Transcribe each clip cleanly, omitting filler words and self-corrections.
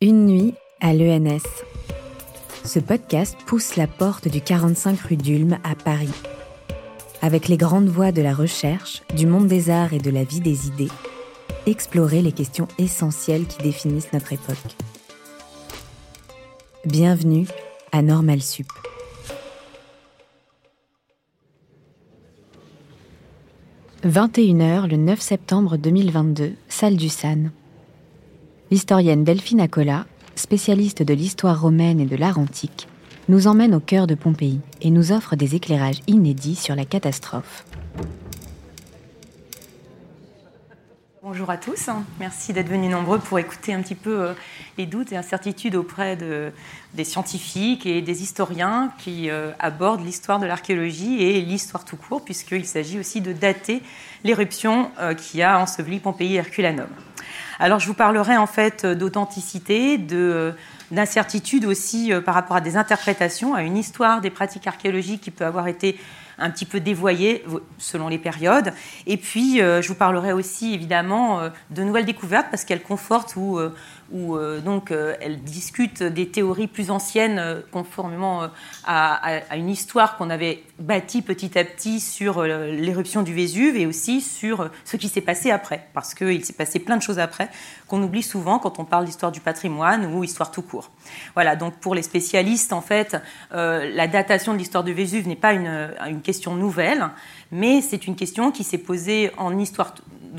Une nuit à l'ENS. Ce podcast pousse la porte du 45 rue d'Ulm à Paris. Avec les grandes voix de la recherche, du monde des arts et de la vie des idées, explorer les questions essentielles qui définissent notre époque. Bienvenue à Normal Sup. « 21h le 9 septembre 2022, salle du SAN. L'historienne Delphine Acola, spécialiste de l'histoire romaine et de l'art antique, nous emmène au cœur de Pompéi et nous offre des éclairages inédits sur la catastrophe. Bonjour à tous, merci d'être venus nombreux pour écouter un petit peu les doutes et incertitudes auprès des scientifiques et des historiens qui abordent l'histoire de l'archéologie et l'histoire tout court, puisqu'il s'agit aussi de dater l'éruption qui a enseveli Pompéi et Herculanum. Alors je vous parlerai en fait d'authenticité, d'incertitude aussi par rapport à des interprétations, à une histoire des pratiques archéologiques qui peut avoir été un petit peu dévoyée selon les périodes. Et puis je vous parlerai aussi évidemment de nouvelles découvertes parce qu'elles confortent ou elles discutent des théories plus anciennes conformément à une histoire qu'on avait bâtie petit à petit sur l'éruption du Vésuve et aussi sur ce qui s'est passé après. Parce qu'il s'est passé plein de choses après qu'on oublie souvent quand on parle d'histoire du patrimoine ou histoire tout court. Voilà, donc pour les spécialistes, en fait, la datation de l'histoire du Vésuve n'est pas une question nouvelle, mais c'est une question qui s'est posée en histoire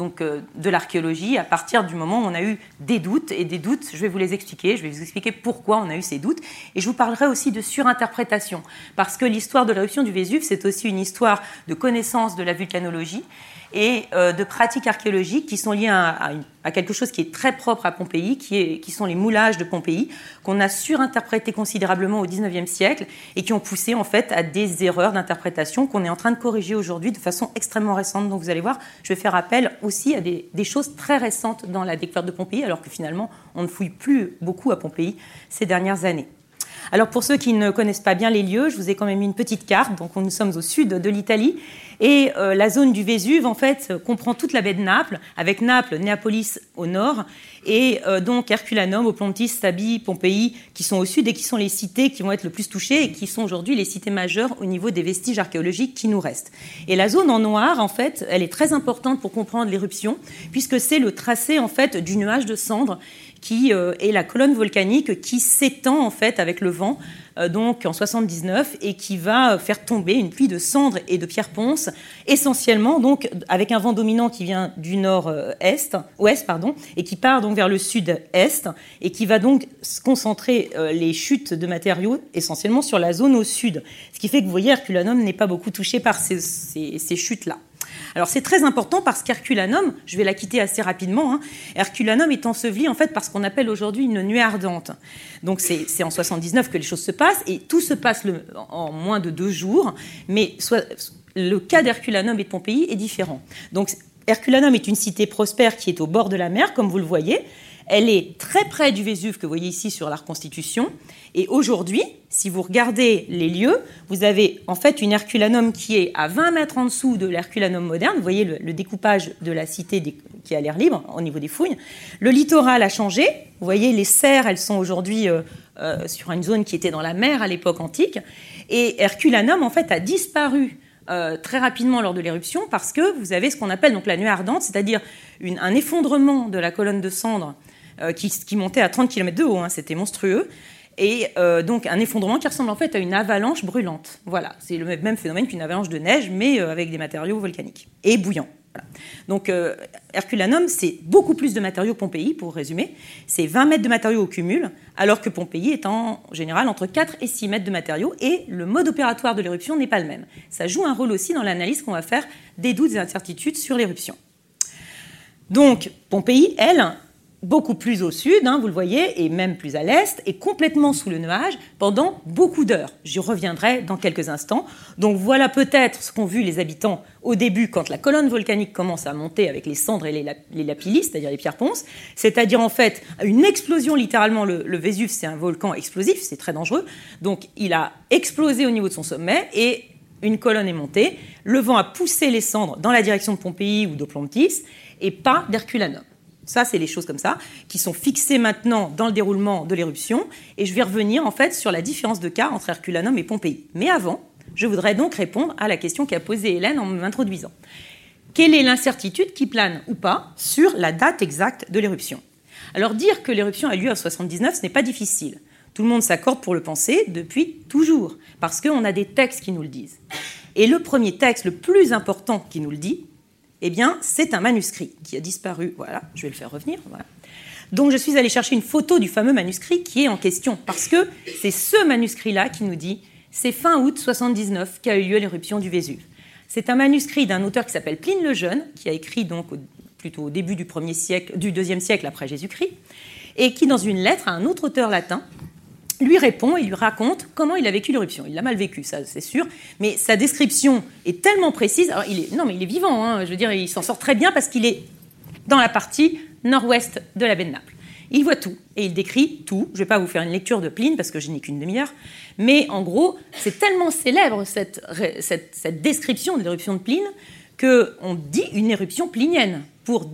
de l'archéologie à partir du moment où on a eu des doutes. Et des doutes, je vais vous les expliquer, je vais vous expliquer pourquoi on a eu ces doutes. Et je vous parlerai aussi de surinterprétation, parce que l'histoire de l'éruption du Vésuve, c'est aussi une histoire de connaissance de la vulcanologie et de pratiques archéologiques qui sont liées à quelque chose qui est très propre à Pompéi, qui sont les moulages de Pompéi, qu'on a surinterprétés considérablement au XIXe siècle et qui ont poussé en fait à des erreurs d'interprétation qu'on est en train de corriger aujourd'hui de façon extrêmement récente. Donc vous allez voir, je vais faire appel aussi à des choses très récentes dans la découverte de Pompéi, alors que finalement on ne fouille plus beaucoup à Pompéi ces dernières années. Alors pour ceux qui ne connaissent pas bien les lieux, je vous ai quand même mis une petite carte. Donc nous sommes au sud de l'Italie et la zone du Vésuve en fait comprend toute la baie de Naples, avec Naples, Néapolis au nord et donc Herculanum, Oplontis, Stabi, Pompéi qui sont au sud et qui sont les cités qui vont être le plus touchées et qui sont aujourd'hui les cités majeures au niveau des vestiges archéologiques qui nous restent. Et la zone en noir en fait, elle est très importante pour comprendre l'éruption puisque c'est le tracé en fait du nuage de cendres qui est la colonne volcanique qui s'étend en fait avec le vent donc en 79 et qui va faire tomber une pluie de cendres et de pierres ponces essentiellement donc avec un vent dominant qui vient du nord-ouest et qui part donc vers le sud-est et qui va donc concentrer les chutes de matériaux essentiellement sur la zone au sud, ce qui fait que vous voyez Herculanum n'est pas beaucoup touché par ces chutes-là. Alors c'est très important parce qu'Herculanum, je vais la quitter assez rapidement, Herculanum est enseveli en fait par ce qu'on appelle aujourd'hui une nuée ardente. Donc c'est en 79 que les choses se passent et tout se passe en moins de 2 jours, mais le cas d'Herculanum et de Pompéi est différent. Donc Herculanum est une cité prospère qui est au bord de la mer, comme vous le voyez. Elle est très près du Vésuve que vous voyez ici sur la reconstitution. Et aujourd'hui, si vous regardez les lieux, vous avez en fait une Herculanum qui est à 20 mètres en dessous de l'Herculanum moderne. Vous voyez le découpage de la cité qui a l'air libre au niveau des fouilles. Le littoral a changé. Vous voyez, les serres, elles sont aujourd'hui sur une zone qui était dans la mer à l'époque antique. Et Herculanum, en fait, a disparu très rapidement lors de l'éruption parce que vous avez ce qu'on appelle donc la nuée ardente, c'est-à-dire un effondrement de la colonne de cendres qui montait à 30 km de haut, c'était monstrueux, et donc un effondrement qui ressemble en fait à une avalanche brûlante. Voilà, c'est le même phénomène qu'une avalanche de neige, mais avec des matériaux volcaniques et bouillants. Voilà. Donc Herculanum, c'est beaucoup plus de matériaux que Pompéi, pour résumer. C'est 20 mètres de matériaux au cumul, alors que Pompéi est en général entre 4 et 6 mètres de matériaux, et le mode opératoire de l'éruption n'est pas le même. Ça joue un rôle aussi dans l'analyse qu'on va faire des doutes et incertitudes sur l'éruption. Donc Pompéi, elle, beaucoup plus au sud, vous le voyez, et même plus à l'est, et complètement sous le nuage pendant beaucoup d'heures. J'y reviendrai dans quelques instants. Donc voilà peut-être ce qu'ont vu les habitants au début quand la colonne volcanique commence à monter avec les cendres et les lapillis, c'est-à-dire les pierres ponces, c'est-à-dire en fait une explosion littéralement. Le Vésuve, c'est un volcan explosif, c'est très dangereux. Donc il a explosé au niveau de son sommet et une colonne est montée. Le vent a poussé les cendres dans la direction de Pompéi ou d'Oplontis et pas d'Herculanum. Ça, c'est les choses comme ça, qui sont fixées maintenant dans le déroulement de l'éruption. Et je vais revenir en fait sur la différence de cas entre Herculanum et Pompéi. Mais avant, je voudrais donc répondre à la question qu'a posée Hélène en m'introduisant. Quelle est l'incertitude qui plane ou pas sur la date exacte de l'éruption? Alors dire que l'éruption a lieu en 79, ce n'est pas difficile. Tout le monde s'accorde pour le penser depuis toujours, parce qu'on a des textes qui nous le disent. Et le premier texte, le plus important qui nous le dit, eh bien, c'est un manuscrit qui a disparu. Voilà, je vais le faire revenir. Voilà. Donc, je suis allée chercher une photo du fameux manuscrit qui est en question, parce que c'est ce manuscrit-là qui nous dit c'est fin août 79 qu'a eu lieu l'éruption du Vésuve. C'est un manuscrit d'un auteur qui s'appelle Pline le Jeune, qui a écrit donc plutôt au début du deuxième siècle après Jésus-Christ, et qui, dans une lettre à un autre auteur latin, lui répond et lui raconte comment il a vécu l'éruption. Il l'a mal vécu, ça c'est sûr, mais sa description est tellement précise. Alors, il est vivant, hein, je veux dire, il s'en sort très bien parce qu'il est dans la partie nord-ouest de la baie de Naples. Il voit tout et il décrit tout. Je ne vais pas vous faire une lecture de Pline parce que je n'ai qu'une demi-heure, mais en gros, c'est tellement célèbre cette description de l'éruption de Pline qu'on dit une éruption plinienne pour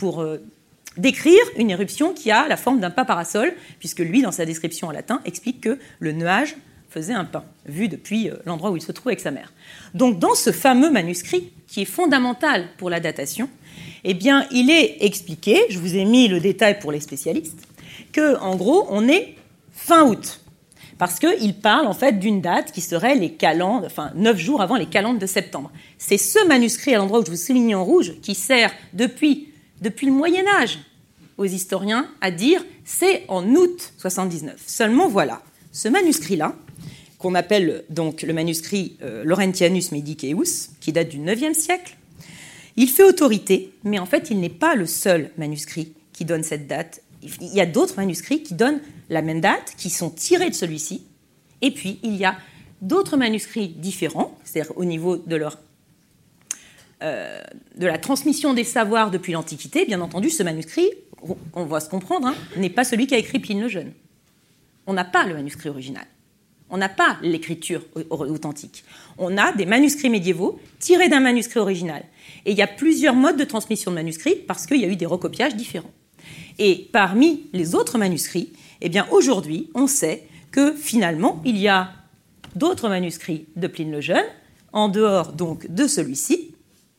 décrire une éruption qui a la forme d'un pain parasol, puisque lui, dans sa description en latin, explique que le nuage faisait un pain, vu depuis l'endroit où il se trouve avec sa mère. Donc, dans ce fameux manuscrit, qui est fondamental pour la datation, eh bien, il est expliqué, je vous ai mis le détail pour les spécialistes, qu'en gros, on est fin août, parce qu'il parle en fait d'une date qui serait les calendes, 9 jours avant les calendes de septembre. C'est ce manuscrit, à l'endroit où je vous souligne en rouge, qui sert depuis le Moyen-Âge aux historiens à dire c'est en août 79. Seulement voilà, ce manuscrit-là, qu'on appelle donc le manuscrit Laurentianus Mediceus, qui date du IXe siècle, il fait autorité, mais en fait il n'est pas le seul manuscrit qui donne cette date. Il y a d'autres manuscrits qui donnent la même date, qui sont tirés de celui-ci, et puis il y a d'autres manuscrits différents, c'est-à-dire au niveau de la transmission des savoirs depuis l'Antiquité. Bien entendu, ce manuscrit, on va se comprendre, hein, n'est pas celui qu'a écrit Pline le Jeune. On n'a pas le manuscrit original. On n'a pas l'écriture authentique. On a des manuscrits médiévaux tirés d'un manuscrit original. Et il y a plusieurs modes de transmission de manuscrits parce qu'il y a eu des recopiages différents. Et parmi les autres manuscrits, eh bien, aujourd'hui, on sait que finalement, il y a d'autres manuscrits de Pline le Jeune, en dehors donc de celui-ci,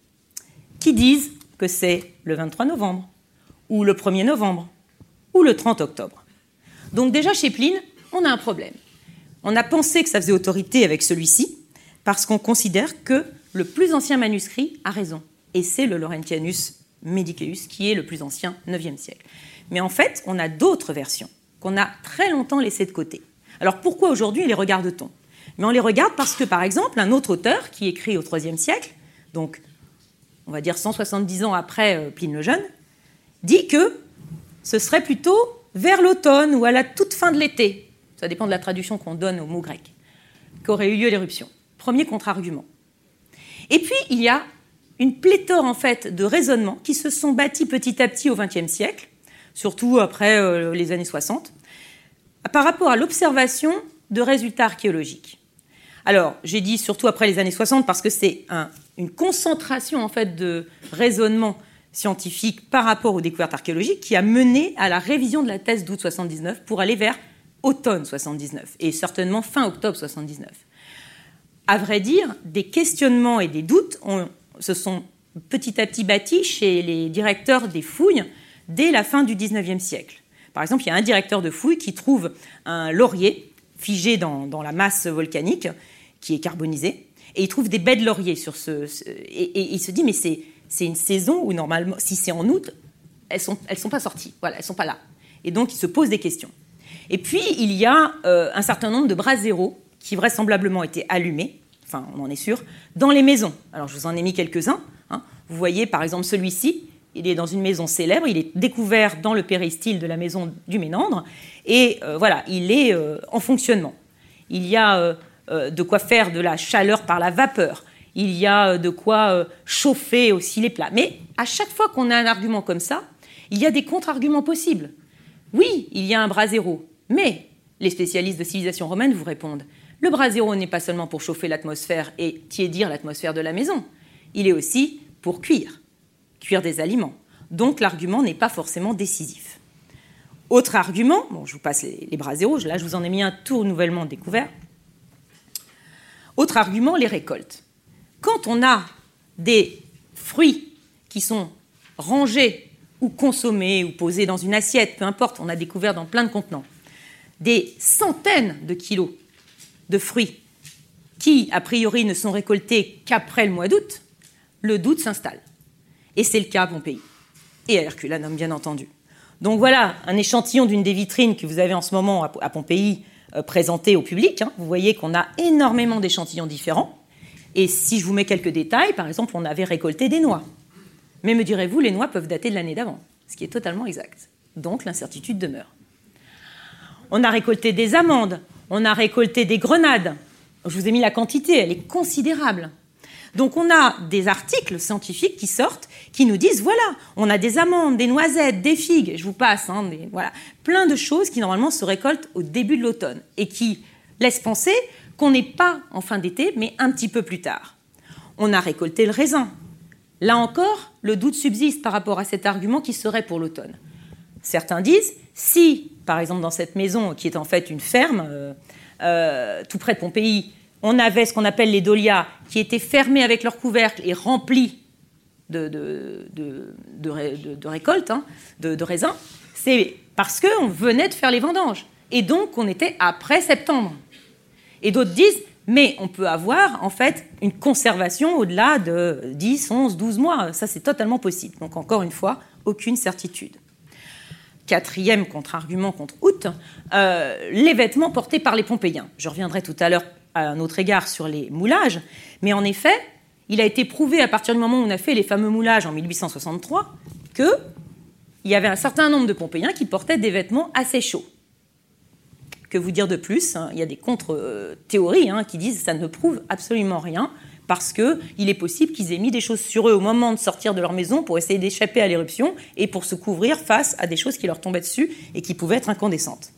qui disent que c'est le 23 novembre, ou le 1er novembre, ou le 30 octobre. Donc déjà, chez Pline, on a un problème. On a pensé que ça faisait autorité avec celui-ci, parce qu'on considère que le plus ancien manuscrit a raison. Et c'est le Laurentianus Mediceus, qui est le plus ancien, 9e siècle. Mais en fait, on a d'autres versions, qu'on a très longtemps laissées de côté. Alors pourquoi aujourd'hui les regarde-t-on? Mais on les regarde parce que, par exemple, un autre auteur, qui écrit au 3e siècle, donc on va dire 170 ans après Pline le Jeune, dit que ce serait plutôt vers l'automne ou à la toute fin de l'été, ça dépend de la traduction qu'on donne au mot grec, qu'aurait eu lieu l'éruption. Premier contre-argument. Et puis, il y a une pléthore en fait, de raisonnements qui se sont bâtis petit à petit au XXe siècle, surtout après les années 60, par rapport à l'observation de résultats archéologiques. Alors, j'ai dit surtout après les années 60 parce que c'est une concentration en fait, de raisonnements scientifiques par rapport aux découvertes archéologiques qui a mené à la révision de la thèse d'août 79 pour aller vers automne 79 et certainement fin octobre 79. À vrai dire, des questionnements et des doutes se sont petit à petit bâtis chez les directeurs des fouilles dès la fin du XIXe siècle. Par exemple, il y a un directeur de fouilles qui trouve un laurier figé dans la masse volcanique qui est carbonisée et il trouve des baies de laurier sur et il se dit mais c'est une saison où normalement, si c'est en août, elles sont pas sorties, voilà, elles sont pas là. Et donc il se pose des questions. Et puis il y a un certain nombre de braseros qui vraisemblablement étaient allumés, enfin on en est sûr, dans les maisons. Alors je vous en ai mis quelques-uns. Hein. Vous voyez par exemple celui-ci, il est dans une maison célèbre, il est découvert dans le péristyle de la maison du Ménandre, et voilà, il est en fonctionnement. Il y a de quoi faire de la chaleur par la vapeur, il y a de quoi chauffer aussi les plats. Mais à chaque fois qu'on a un argument comme ça, il y a des contre-arguments possibles. Oui, il y a un brasero, mais les spécialistes de civilisation romaine vous répondent le brasero n'est pas seulement pour chauffer l'atmosphère et tiédir l'atmosphère de la maison, il est aussi pour cuire des aliments. donc l'argument n'est pas forcément décisif. Autre argument, bon, je vous passe les bras zéros, là je vous en ai mis un tout nouvellement découvert. Autre argument, les récoltes. Quand on a des fruits qui sont rangés ou consommés ou posés dans une assiette, peu importe, on a découvert dans plein de contenants, des centaines de kilos de fruits qui, a priori, ne sont récoltés qu'après le mois d'août, le doute s'installe. Et c'est le cas à Pompéi. Et à Herculanum, bien entendu. Donc voilà un échantillon d'une des vitrines que vous avez en ce moment à Pompéi présenté au public. Vous voyez qu'on a énormément d'échantillons différents. Et si je vous mets quelques détails, par exemple, on avait récolté des noix. Mais me direz-vous, les noix peuvent dater de l'année d'avant, ce qui est totalement exact. Donc l'incertitude demeure. On a récolté des amandes, on a récolté des grenades. Je vous ai mis la quantité, elle est considérable. Donc on a des articles scientifiques qui sortent, qui nous disent, voilà, on a des amandes, des noisettes, des figues, je vous passe, voilà, plein de choses qui normalement se récoltent au début de l'automne et qui laissent penser qu'on n'est pas en fin d'été, mais un petit peu plus tard. On a récolté le raisin. Là encore, le doute subsiste par rapport à cet argument qui serait pour l'automne. Certains disent, si, par exemple, dans cette maison, qui est en fait une ferme, tout près de Pompéi, on avait ce qu'on appelle les dolias, qui étaient fermés avec leur couvercle et remplis de récoltes, de raisins, c'est parce qu'on venait de faire les vendanges. Et donc, on était après septembre. Et d'autres disent, mais on peut avoir, en fait, une conservation au-delà de 10, 11, 12 mois. Ça, c'est totalement possible. Donc, encore une fois, aucune certitude. Quatrième contre-argument contre août, les vêtements portés par les Pompéiens. Je reviendrai tout à l'heure à un autre égard sur les moulages, mais en effet, il a été prouvé à partir du moment où on a fait les fameux moulages en 1863 qu'il y avait un certain nombre de Pompéiens qui portaient des vêtements assez chauds. Que vous dire de plus, il y a des contre-théories qui disent que ça ne prouve absolument rien, parce qu'il est possible qu'ils aient mis des choses sur eux au moment de sortir de leur maison pour essayer d'échapper à l'éruption et pour se couvrir face à des choses qui leur tombaient dessus et qui pouvaient être incandescentes.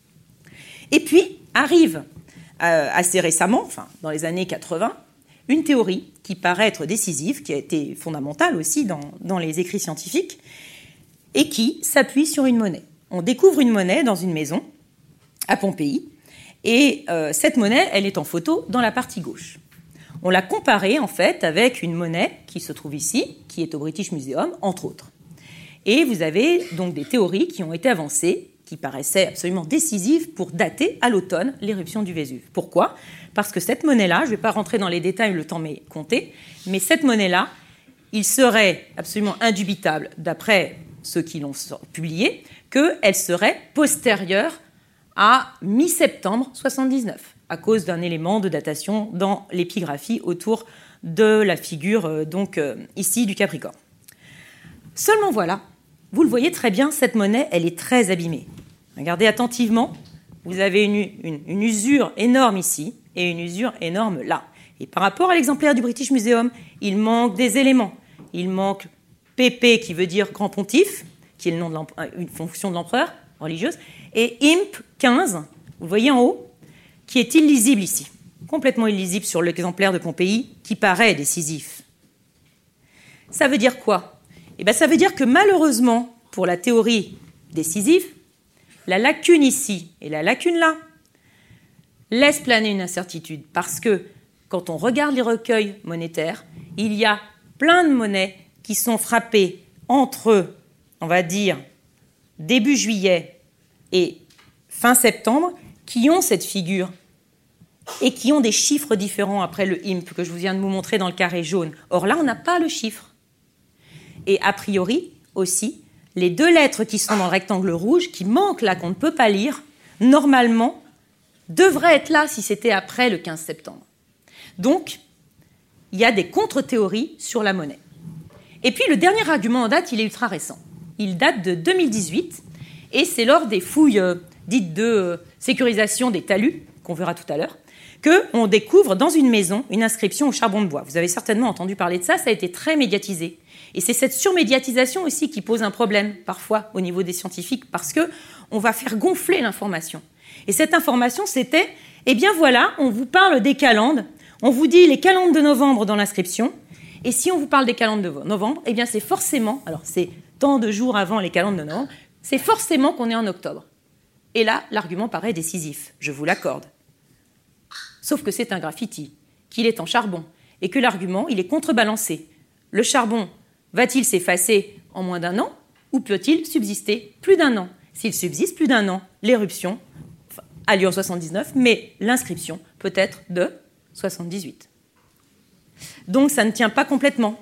Et puis, arrive assez récemment, enfin dans les années 80, une théorie qui paraît être décisive, qui a été fondamentale aussi dans les écrits scientifiques, et qui s'appuie sur une monnaie. On découvre une monnaie dans une maison, à Pompéi, et cette monnaie, elle est en photo dans la partie gauche. On l'a comparée, en fait, avec une monnaie qui se trouve ici, qui est au British Museum, entre autres. Et vous avez donc des théories qui ont été avancées, qui paraissaient absolument décisives pour dater à l'automne l'éruption du Vésuve. Pourquoi ? Parce que cette monnaie-là, je ne vais pas rentrer dans les détails, le temps m'est compté, mais cette monnaie-là, il serait absolument indubitable, d'après ceux qui l'ont publiée, qu'elle serait postérieure à mi-septembre 79, à cause d'un élément de datation dans l'épigraphie autour de la figure ici du Capricorne. Seulement voilà, vous le voyez très bien, cette monnaie, elle est très abîmée. Regardez attentivement, vous avez une usure énorme ici et une usure énorme là. Et par rapport à l'exemplaire du British Museum, il manque des éléments. Il manque PP, qui veut dire grand pontife, qui est le nom une fonction de l'empereur religieuse, et Imp 15, vous le voyez en haut, qui est illisible ici, complètement illisible sur l'exemplaire de Pompéi, qui paraît décisif. Ça veut dire quoi ? Ça veut dire que malheureusement, pour la théorie décisive, la lacune ici et la lacune là laissent planer une incertitude, parce que quand on regarde les recueils monétaires, il y a plein de monnaies qui sont frappées entre, on va dire, début juillet et fin septembre, qui ont cette figure et qui ont des chiffres différents après le imp que je vous viens de vous montrer dans le carré jaune. Or là, on n'a pas le chiffre. Et a priori, aussi, les deux lettres qui sont dans le rectangle rouge, qui manquent là, qu'on ne peut pas lire, normalement, devraient être là si c'était après le 15 septembre. Donc, il y a des contre-théories sur la monnaie. Et puis, le dernier argument en date, il est ultra récent. Il date de 2018, et c'est lors des fouilles dites de sécurisation des talus, qu'on verra tout à l'heure, qu'on découvre dans une maison une inscription au charbon de bois. Vous avez certainement entendu parler de ça, ça a été très médiatisé. Et c'est cette surmédiatisation aussi qui pose un problème, parfois, au niveau des scientifiques, parce qu'on va faire gonfler l'information. Et cette information, c'était, voilà, on vous parle des calendes, on vous dit les calendes de novembre dans l'inscription, et si on vous parle des calendes de novembre, c'est forcément, alors c'est tant de jours avant les calendes de novembre, c'est forcément qu'on est en octobre. Et là, l'argument paraît décisif, je vous l'accorde. Sauf que c'est un graffiti, qu'il est en charbon, et que l'argument, il est contrebalancé. Le charbon va-t-il s'effacer en moins d'1 an, ou peut-il subsister plus d'1 an? S'il subsiste plus d'1 an, l'éruption a lieu en 79, mais l'inscription peut être de 78. Donc ça ne tient pas complètement.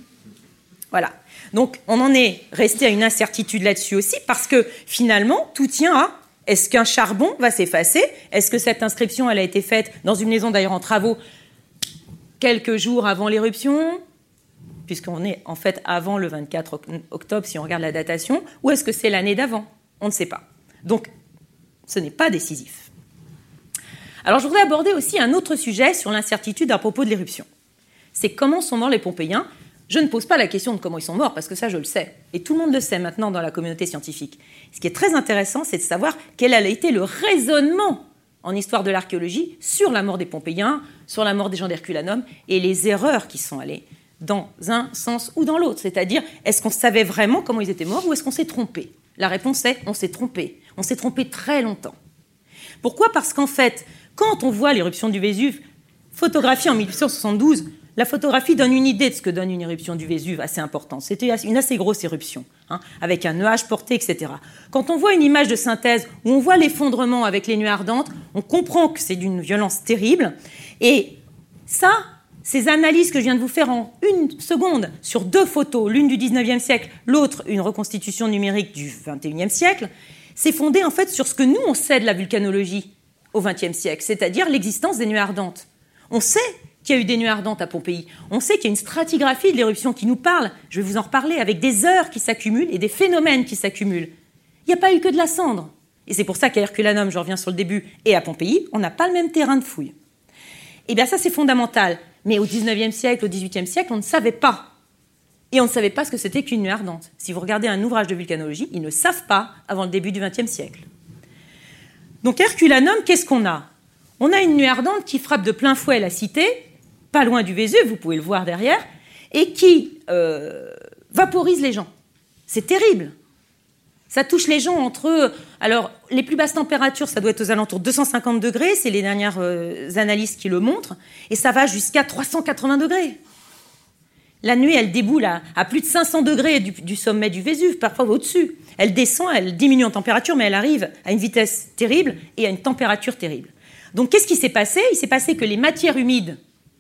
Voilà. Donc on en est resté à une incertitude là-dessus aussi, parce que finalement, tout tient à est-ce qu'un charbon va s'effacer? Est-ce que cette inscription elle a été faite dans une maison d'ailleurs en travaux quelques jours avant l'éruption, puisqu'on est en fait avant le 24 octobre si on regarde la datation, ou est-ce que c'est l'année d'avant? On ne sait pas. Donc ce n'est pas décisif. Alors je voudrais aborder aussi un autre sujet sur l'incertitude à propos de l'éruption. C'est comment sont morts les Pompéiens. Je ne pose pas la question de comment ils sont morts, parce que ça je le sais. Et tout le monde le sait maintenant dans la communauté scientifique. Ce qui est très intéressant, c'est de savoir quel a été le raisonnement en histoire de l'archéologie sur la mort des Pompéiens, sur la mort des gens d'Herculanum, et les erreurs qui sont allées dans un sens ou dans l'autre. C'est-à-dire, est-ce qu'on savait vraiment comment ils étaient morts ou est-ce qu'on s'est trompé? La réponse est, on s'est trompé. On s'est trompé très longtemps. Pourquoi? Parce qu'en fait, quand on voit l'éruption du Vésuve, photographiée en 1872, la photographie donne une idée de ce que donne une éruption du Vésuve assez importante. C'était une assez grosse éruption, avec un nuage porté, etc. Quand on voit une image de synthèse où on voit l'effondrement avec les nuées ardentes, on comprend que c'est d'une violence terrible. Et ça, ces analyses que je viens de vous faire en une seconde sur deux photos, l'une du 19e siècle, l'autre une reconstitution numérique du 21e siècle, c'est fondé en fait sur ce que nous, on sait de la vulcanologie au 20e siècle, c'est-à-dire l'existence des nuées ardentes. On sait qu'il y a eu des nuées ardentes à Pompéi. On sait qu'il y a une stratigraphie de l'éruption qui nous parle, je vais vous en reparler, avec des heures qui s'accumulent et des phénomènes qui s'accumulent. Il n'y a pas eu que de la cendre. Et c'est pour ça qu'à Herculanum, je reviens sur le début, et à Pompéi, on n'a pas le même terrain de fouille. Eh bien ça, c'est fondamental. Mais au 19e siècle, au 18e siècle, on ne savait pas. Et on ne savait pas ce que c'était qu'une nuée ardente. Si vous regardez un ouvrage de vulcanologie, ils ne savent pas avant le début du 20e siècle. Donc Herculanum, qu'est-ce qu'on a? On a une nuée ardente qui frappe de plein fouet la cité, pas loin du Vésuve, vous pouvez le voir derrière, et qui vaporise les gens. C'est terrible. Ça touche les gens entre... Alors, les plus basses températures, ça doit être aux alentours de 250 degrés, c'est les dernières analyses qui le montrent, et ça va jusqu'à 380 degrés. La nuit, elle déboule à plus de 500 degrés du sommet du Vésuve, parfois au-dessus. Elle descend, elle diminue en température, mais elle arrive à une vitesse terrible et à une température terrible. Donc, qu'est-ce qui s'est passé? Il s'est passé que les matières humides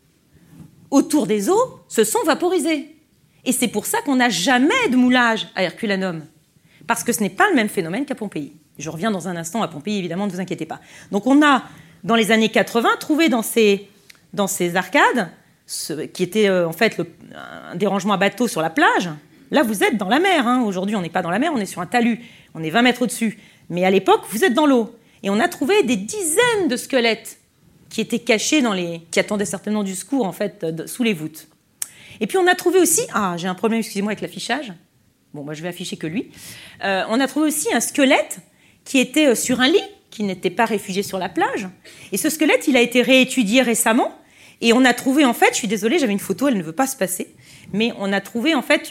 autour des eaux se sont vaporisées. Et c'est pour ça qu'on n'a jamais de moulage à Herculanum. Parce que ce n'est pas le même phénomène qu'à Pompéi. Je reviens dans un instant à Pompéi, évidemment, ne vous inquiétez pas. Donc on a, dans les années 80, trouvé dans ces arcades, qui était en fait un dérangement à bateau sur la plage. Là, vous êtes dans la mer. Aujourd'hui, on n'est pas dans la mer, on est sur un talus. On est 20 mètres au-dessus. Mais à l'époque, vous êtes dans l'eau. Et on a trouvé des dizaines de squelettes qui étaient cachés qui attendaient certainement du secours, en fait, sous les voûtes. Et puis on a trouvé aussi... Ah, j'ai un problème, excusez-moi, avec l'affichage. Bon, moi, je vais afficher que lui. On a trouvé aussi un squelette qui était sur un lit, qui n'était pas réfugié sur la plage. Et ce squelette, il a été réétudié récemment. Et on a trouvé, en fait, je suis désolée, j'avais une photo, elle ne veut pas se passer, mais on a trouvé, en fait,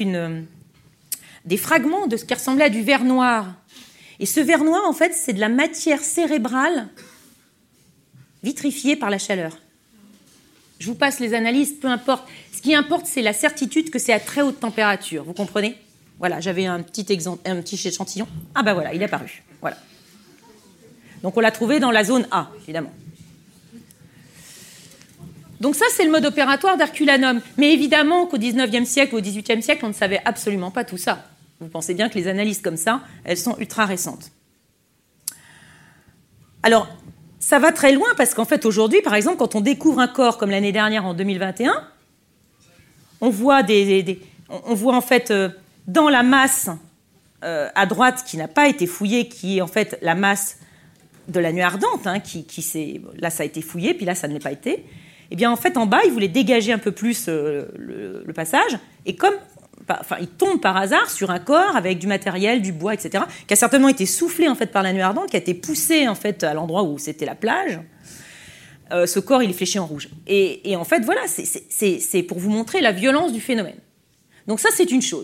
des fragments de ce qui ressemblait à du verre noir. Et ce verre noir, en fait, c'est de la matière cérébrale vitrifiée par la chaleur. Je vous passe les analyses, peu importe. Ce qui importe, c'est la certitude que c'est à très haute température. Vous comprenez? Voilà, j'avais un petit échantillon. Ah ben voilà, il est apparu. Voilà. Donc on l'a trouvé dans la zone A, évidemment. Donc ça, c'est le mode opératoire d'Herculanum. Mais évidemment qu'au 19e siècle ou au 18e siècle, on ne savait absolument pas tout ça. Vous pensez bien que les analyses comme ça, elles sont ultra récentes. Alors, ça va très loin parce qu'en fait, aujourd'hui, par exemple, quand on découvre un corps comme l'année dernière, en 2021, on voit en fait... dans la masse à droite qui n'a pas été fouillée, qui est en fait la masse de la nuée ardente, là ça a été fouillé, puis là ça ne l'est pas été, et bien en fait en bas ils voulaient dégager un peu plus le passage, et ils tombent par hasard sur un corps avec du matériel, du bois, etc., qui a certainement été soufflé en fait par la nuée ardente, qui a été poussé en fait à l'endroit où c'était la plage. Ce corps il est fléché en rouge. Et en fait voilà, c'est pour vous montrer la violence du phénomène. Donc ça c'est une chose.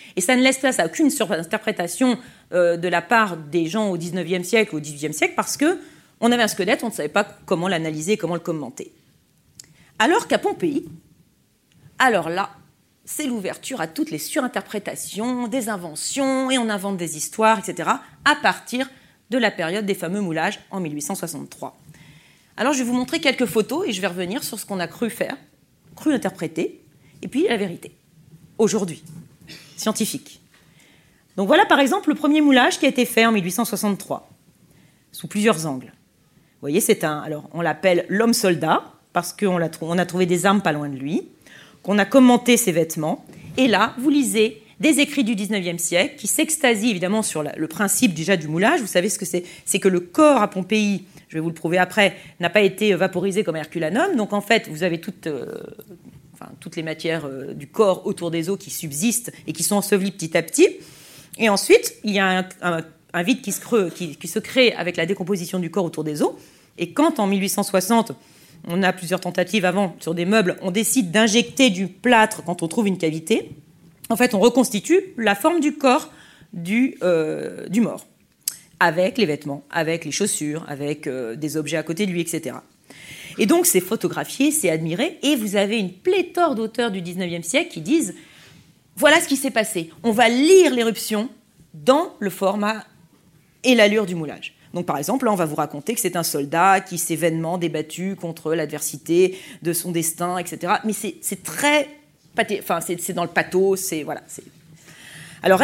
Et ça ne laisse place à aucune surinterprétation de la part des gens au XIXe siècle ou au XVIIIe siècle parce qu'on avait un squelette, on ne savait pas comment l'analyser, comment le commenter. Alors qu'à Pompéi, alors là, c'est l'ouverture à toutes les surinterprétations, des inventions, et on invente des histoires, etc., à partir de la période des fameux moulages en 1863. Alors je vais vous montrer quelques photos et je vais revenir sur ce qu'on a cru faire, cru interpréter, et puis la vérité, aujourd'hui, scientifique. Donc voilà par exemple le premier moulage qui a été fait en 1863, sous plusieurs angles. Vous voyez, alors on l'appelle l'homme soldat, parce qu'on a trouvé des armes pas loin de lui, qu'on a commenté ses vêtements, et là, vous lisez des écrits du XIXe siècle qui s'extasient évidemment sur le principe déjà du moulage. Vous savez ce que c'est ? C'est que le corps à Pompéi, je vais vous le prouver après, n'a pas été vaporisé comme Herculanum. Donc en fait, vous avez toutes les matières du corps autour des os qui subsistent et qui sont ensevelies petit à petit. Et ensuite, il y a un vide qui se crée avec la décomposition du corps autour des os. Et quand en 1860, on a plusieurs tentatives avant sur des meubles, on décide d'injecter du plâtre quand on trouve une cavité. En fait, on reconstitue la forme du corps du mort, avec les vêtements, avec les chaussures, avec des objets à côté de lui, etc. Et donc, c'est photographié, c'est admiré, et vous avez une pléthore d'auteurs du XIXe siècle qui disent « Voilà ce qui s'est passé. On va lire l'éruption dans le format et l'allure du moulage. » Donc, par exemple, là, on va vous raconter que c'est un soldat qui s'est vainement débattu contre l'adversité de son destin, etc. Mais c'est très... c'est dans le pathos, voilà. Alors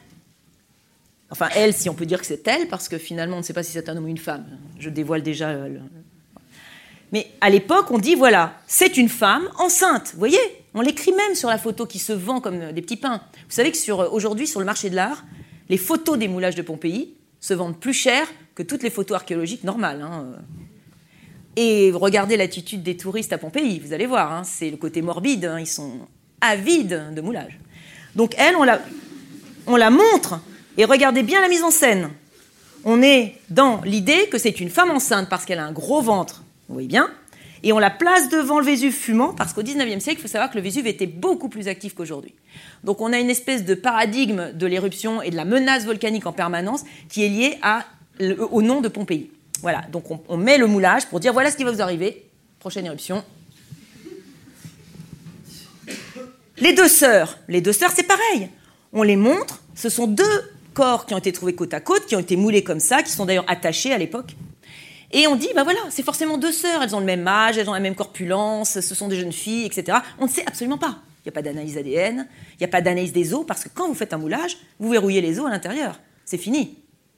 elle, si on peut dire que c'est elle, parce que finalement, on ne sait pas si c'est un homme ou une femme. Je dévoile déjà... Mais à l'époque, on dit, voilà, c'est une femme enceinte. Vous voyez, on l'écrit même sur la photo qui se vend comme des petits pains. Vous savez que aujourd'hui, sur le marché de l'art, les photos des moulages de Pompéi se vendent plus cher que toutes les photos archéologiques normales. Et regardez l'attitude des touristes à Pompéi, vous allez voir, c'est le côté morbide, ils sont avides de moulage. Donc elle, on la montre, et regardez bien la mise en scène. On est dans l'idée que c'est une femme enceinte parce qu'elle a un gros ventre, vous voyez bien, et on la place devant le Vésuve fumant, parce qu'au XIXe siècle, il faut savoir que le Vésuve était beaucoup plus actif qu'aujourd'hui. Donc on a une espèce de paradigme de l'éruption et de la menace volcanique en permanence qui est lié au nom de Pompéi. Voilà, donc on met le moulage pour dire voilà ce qui va vous arriver, prochaine éruption. Les deux sœurs, c'est pareil. On les montre, ce sont deux corps qui ont été trouvés côte à côte, qui ont été moulés comme ça, qui sont d'ailleurs attachés à l'époque. Et on dit, voilà, c'est forcément deux sœurs, elles ont le même âge, elles ont la même corpulence, ce sont des jeunes filles, etc. On ne sait absolument pas. Il n'y a pas d'analyse ADN, il n'y a pas d'analyse des os, parce que quand vous faites un moulage, vous verrouillez les os à l'intérieur. C'est fini.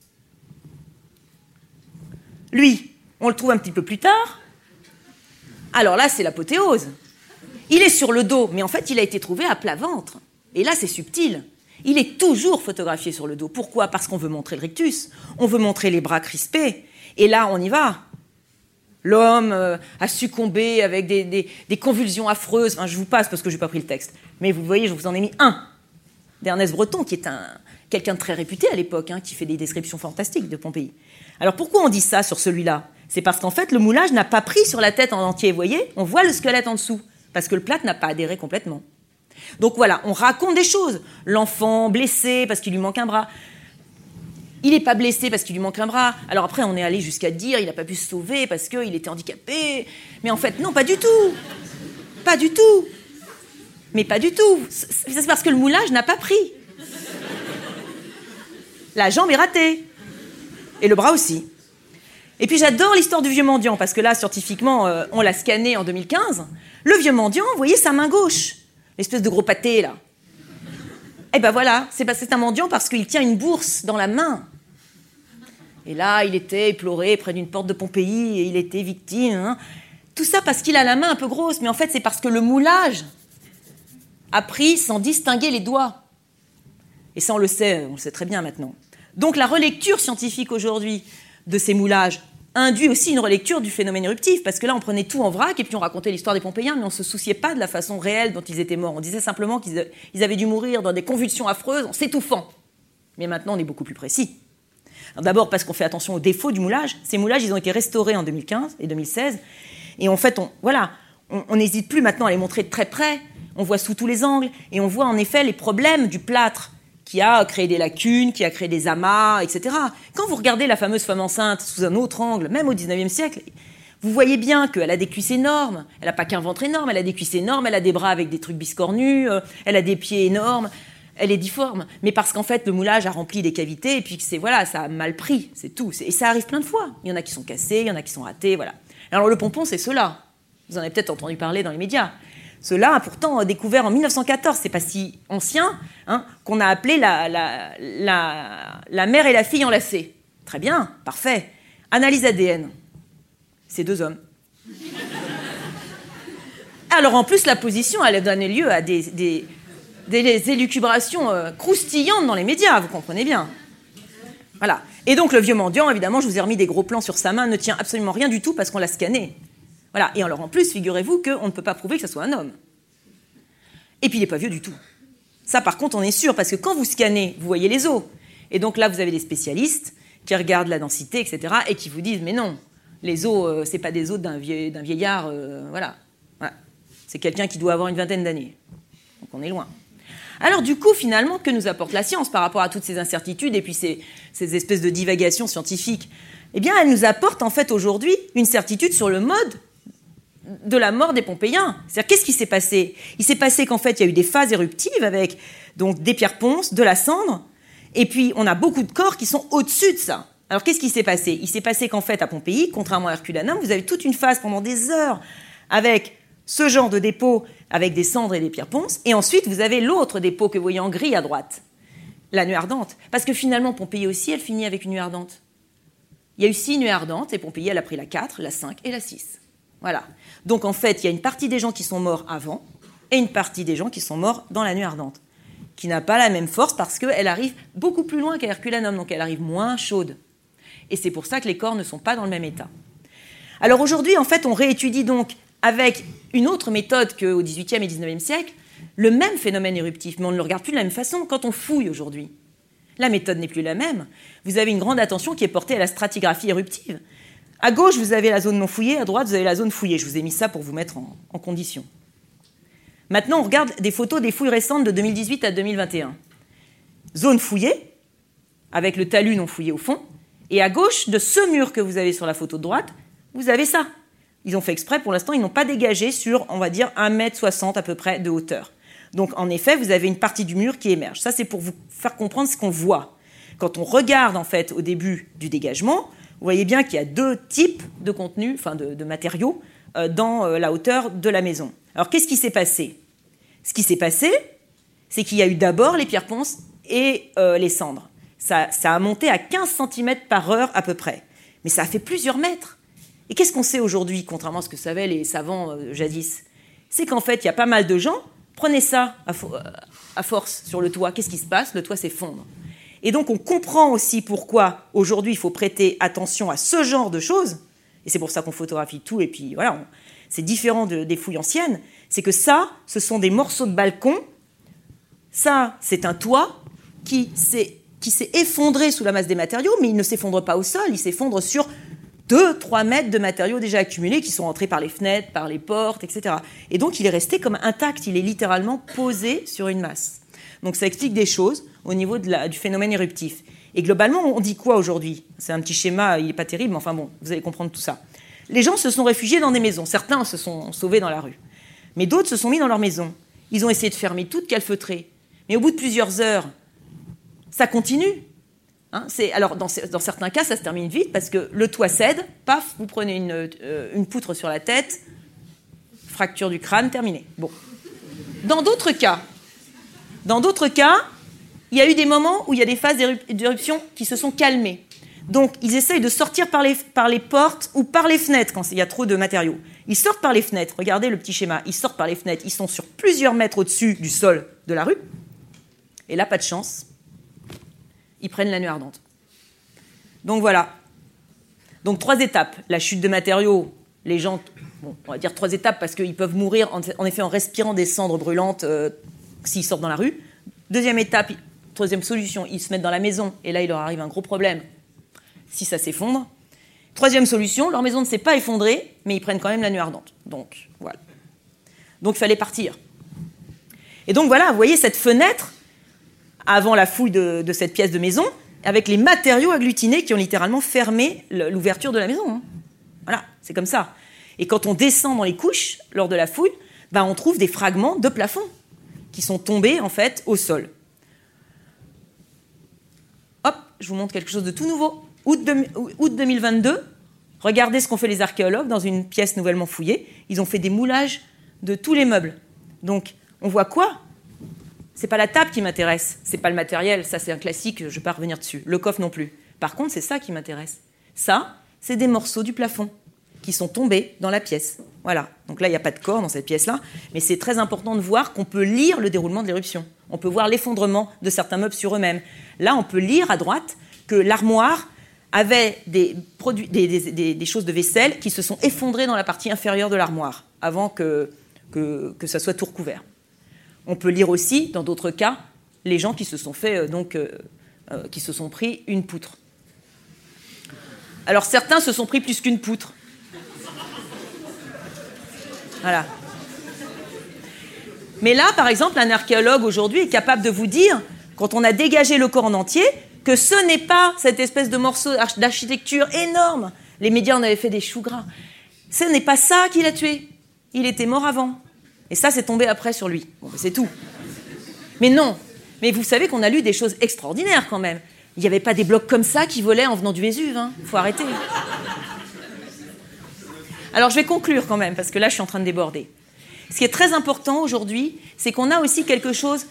Lui, on le trouve un petit peu plus tard. Alors là, c'est l'apothéose. Il est sur le dos, mais en fait, il a été trouvé à plat ventre. Et là, c'est subtil. Il est toujours photographié sur le dos. Pourquoi ? Parce qu'on veut montrer le rictus, on veut montrer les bras crispés. Et là, on y va. L'homme a succombé avec des convulsions affreuses. Enfin, je vous passe parce que je n'ai pas pris le texte. Mais vous voyez, je vous en ai mis un d'Ernest Breton, qui est quelqu'un de très réputé à l'époque, qui fait des descriptions fantastiques de Pompéi. Alors pourquoi on dit ça sur celui-là ? C'est parce qu'en fait, le moulage n'a pas pris sur la tête en entier. Vous voyez, on voit le squelette en dessous, parce que le plâtre n'a pas adhéré complètement. Donc voilà, on raconte des choses. L'enfant blessé parce qu'il lui manque un bras. Il n'est pas blessé parce qu'il lui manque un bras. Alors après, on est allé jusqu'à dire qu'il n'a pas pu se sauver parce qu'il était handicapé. Mais en fait, non, pas du tout. Pas du tout. Mais pas du tout. C'est parce que le moulage n'a pas pris. La jambe est ratée. Et le bras aussi. Et puis j'adore l'histoire du vieux mendiant, parce que là, scientifiquement, on l'a scanné en 2015. Le vieux mendiant, vous voyez sa main gauche, l'espèce de gros pâté, là. Eh ben voilà, c'est un mendiant parce qu'il tient une bourse dans la main. Et là, il était éploré près d'une porte de Pompéi, et il était victime. Tout ça parce qu'il a la main un peu grosse, mais en fait, c'est parce que le moulage a pris sans distinguer les doigts. Et ça, on le sait très bien maintenant. Donc la relecture scientifique aujourd'hui de ces moulages induit aussi une relecture du phénomène éruptif, parce que là, on prenait tout en vrac et puis on racontait l'histoire des Pompéiens, mais on ne se souciait pas de la façon réelle dont ils étaient morts. On disait simplement qu'ils avaient dû mourir dans des convulsions affreuses en s'étouffant. Mais maintenant, on est beaucoup plus précis. Alors d'abord parce qu'on fait attention aux défauts du moulage. Ces moulages, ils ont été restaurés en 2015 et 2016. Et en fait, on n'hésite plus maintenant à les montrer de très près. On voit sous tous les angles et on voit en effet les problèmes du plâtre qui a créé des lacunes, qui a créé des amas, etc. Quand vous regardez la fameuse femme enceinte sous un autre angle, même au XIXe siècle, vous voyez bien qu'elle a des cuisses énormes, elle n'a pas qu'un ventre énorme, elle a des cuisses énormes, elle a des bras avec des trucs biscornus, elle a des pieds énormes, elle est difforme. Mais parce qu'en fait, le moulage a rempli des cavités et puis ça a mal pris, c'est tout. Et ça arrive plein de fois. Il y en a qui sont cassés, il y en a qui sont ratés, voilà. Alors le pompon, c'est cela. Vous en avez peut-être entendu parler dans les médias. Cela, pourtant, découvert en 1914, c'est pas si ancien, qu'on a appelé la mère et la fille enlacées. Très bien, parfait. Analyse ADN. C'est 2 hommes. Alors en plus, la position, elle a donné lieu à des élucubrations croustillantes dans les médias, vous comprenez bien. Voilà. Et donc le vieux mendiant, évidemment, je vous ai remis des gros plans sur sa main, ne tient absolument rien du tout parce qu'on l'a scanné. Voilà. Et alors en plus, figurez-vous qu'on ne peut pas prouver que ce soit un homme. Et puis il n'est pas vieux du tout. Ça par contre, on est sûr, parce que quand vous scannez, vous voyez les os. Et donc là, vous avez des spécialistes qui regardent la densité, etc., et qui vous disent, mais non, les os, c'est pas des os d'un vieillard, voilà. C'est quelqu'un qui doit avoir une vingtaine d'années. Donc on est loin. Alors du coup, finalement, que nous apporte la science par rapport à toutes ces incertitudes et puis ces espèces de divagations scientifiques? Eh bien, elle nous apporte en fait aujourd'hui une certitude sur le mode de la mort des Pompéiens. C'est-à-dire, qu'est-ce qui s'est passé? Il s'est passé qu'en fait, il y a eu des phases éruptives avec donc des pierres ponces, de la cendre, et puis on a beaucoup de corps qui sont au-dessus de ça. Alors, qu'est-ce qui s'est passé? Il s'est passé qu'en fait, à Pompéi, contrairement à Herculanum, vous avez toute une phase pendant des heures avec ce genre de dépôt avec des cendres et des pierres ponces, et ensuite, vous avez l'autre dépôt que vous voyez en gris à droite, la nuée ardente. Parce que finalement, Pompéi aussi, elle finit avec une nuée ardente. Il y a eu 6 nuées ardentes, et Pompéi, elle a pris la 4, la 5 et la 6. Voilà. Donc, en fait, il y a une partie des gens qui sont morts avant, et une partie des gens qui sont morts dans la nuée ardente, qui n'a pas la même force parce qu'elle arrive beaucoup plus loin qu'à Herculanum, donc elle arrive moins chaude. Et c'est pour ça que les corps ne sont pas dans le même état. Alors aujourd'hui, en fait, on réétudie donc avec une autre méthode qu'au XVIIIe et XIXe siècle, le même phénomène éruptif, mais on ne le regarde plus de la même façon quand on fouille aujourd'hui. La méthode n'est plus la même. Vous avez une grande attention qui est portée à la stratigraphie éruptive. À gauche, vous avez la zone non fouillée, à droite, vous avez la zone fouillée. Je vous ai mis ça pour vous mettre en condition. Maintenant, on regarde des photos des fouilles récentes de 2018 à 2021. Zone fouillée, avec le talus non fouillé au fond, et à gauche de ce mur que vous avez sur la photo de droite, vous avez ça. Ils ont fait exprès, pour l'instant, ils n'ont pas dégagé sur, on va dire, 1,60 m à peu près de hauteur. Donc, en effet, vous avez une partie du mur qui émerge. Ça, c'est pour vous faire comprendre ce qu'on voit. Quand on regarde, en fait, au début du dégagement, vous voyez bien qu'il y a 2 types de contenus, enfin de matériaux, dans la hauteur de la maison. Alors, qu'est-ce qui s'est passé? Ce qui s'est passé, c'est qu'il y a eu d'abord les pierres ponces et les cendres. Ça a monté à 15 cm par heure à peu près. Mais ça a fait plusieurs mètres. Et qu'est-ce qu'on sait aujourd'hui, contrairement à ce que savaient les savants jadis? C'est qu'en fait, il y a pas mal de gens, prenez ça à force sur le toit, qu'est-ce qui se passe? Le toit s'effondre. Et donc, on comprend aussi pourquoi, aujourd'hui, il faut prêter attention à ce genre de choses, et c'est pour ça qu'on photographie tout, et puis voilà, c'est différent des fouilles anciennes, c'est que ça, ce sont des morceaux de balcon, ça, c'est un toit qui s'est effondré sous la masse des matériaux, mais il ne s'effondre pas au sol, il s'effondre sur 2-3 mètres de matériaux déjà accumulés qui sont rentrés par les fenêtres, par les portes, etc. Et donc, il est resté comme intact, il est littéralement posé sur une masse. Donc, ça explique des choses au niveau du phénomène éruptif. Et globalement, on dit quoi aujourd'hui? C'est un petit schéma, il n'est pas terrible, mais enfin bon, vous allez comprendre tout ça. Les gens se sont réfugiés dans des maisons. Certains se sont sauvés dans la rue. Mais d'autres se sont mis dans leur maison. Ils ont essayé de fermer tout, de calfeutrer. Mais au bout de plusieurs heures, ça continue. Alors, dans certains cas, ça se termine vite parce que le toit cède, paf, vous prenez une poutre sur la tête, fracture du crâne, terminé. Bon. Dans d'autres cas, il y a eu des moments où il y a des phases d'éruption qui se sont calmées. Donc, ils essayent de sortir par les portes ou par les fenêtres quand il y a trop de matériaux. Ils sortent par les fenêtres. Regardez le petit schéma. Ils sortent par les fenêtres. Ils sont sur plusieurs mètres au-dessus du sol de la rue. Et là, pas de chance. Ils prennent la nuée ardente. Donc voilà. Donc 3 étapes. La chute de matériaux, les gens, on va dire 3 étapes parce qu'ils peuvent mourir en effet en respirant des cendres brûlantes s'ils sortent dans la rue. Deuxième étape, troisième solution, ils se mettent dans la maison et là il leur arrive un gros problème si ça s'effondre. Troisième solution, leur maison ne s'est pas effondrée mais ils prennent quand même la nuée ardente. Donc voilà. Donc il fallait partir. Et donc voilà, vous voyez cette fenêtre avant la fouille de cette pièce de maison, avec les matériaux agglutinés qui ont littéralement fermé l'ouverture de la maison. Hein. Voilà, c'est comme ça. Et quand on descend dans les couches, lors de la fouille, on trouve des fragments de plafond qui sont tombés, en fait, au sol. Hop, je vous montre quelque chose de tout nouveau. Août 2022, regardez ce qu'ont fait les archéologues dans une pièce nouvellement fouillée. Ils ont fait des moulages de tous les meubles. Donc, on voit quoi ? C'est pas la table qui m'intéresse, c'est pas le matériel, ça c'est un classique, je ne vais pas revenir dessus. Le coffre non plus. Par contre, c'est ça qui m'intéresse. Ça, c'est des morceaux du plafond qui sont tombés dans la pièce. Voilà. Donc là, il n'y a pas de corps dans cette pièce-là, mais c'est très important de voir qu'on peut lire le déroulement de l'éruption. On peut voir l'effondrement de certains meubles sur eux-mêmes. Là, on peut lire à droite que l'armoire avait des choses de vaisselle qui se sont effondrées dans la partie inférieure de l'armoire avant que ça soit tout recouvert. On peut lire aussi, dans d'autres cas, les gens qui se sont qui se sont pris une poutre. Alors certains se sont pris plus qu'une poutre. Voilà. Mais là, par exemple, un archéologue aujourd'hui est capable de vous dire, quand on a dégagé le corps en entier, que ce n'est pas cette espèce de morceau d'architecture énorme. Les médias en avaient fait des choux gras. Ce n'est pas ça qui l'a tué. Il était mort avant. Et ça, c'est tombé après sur lui. Bon, c'est tout. Mais non. Mais vous savez qu'on a lu des choses extraordinaires quand même. Il n'y avait pas des blocs comme ça qui volaient en venant du Vésuve. Hein. Faut arrêter. Alors, je vais conclure quand même, parce que là, je suis en train de déborder. Ce qui est très important aujourd'hui, c'est qu'on a aussi quelque chose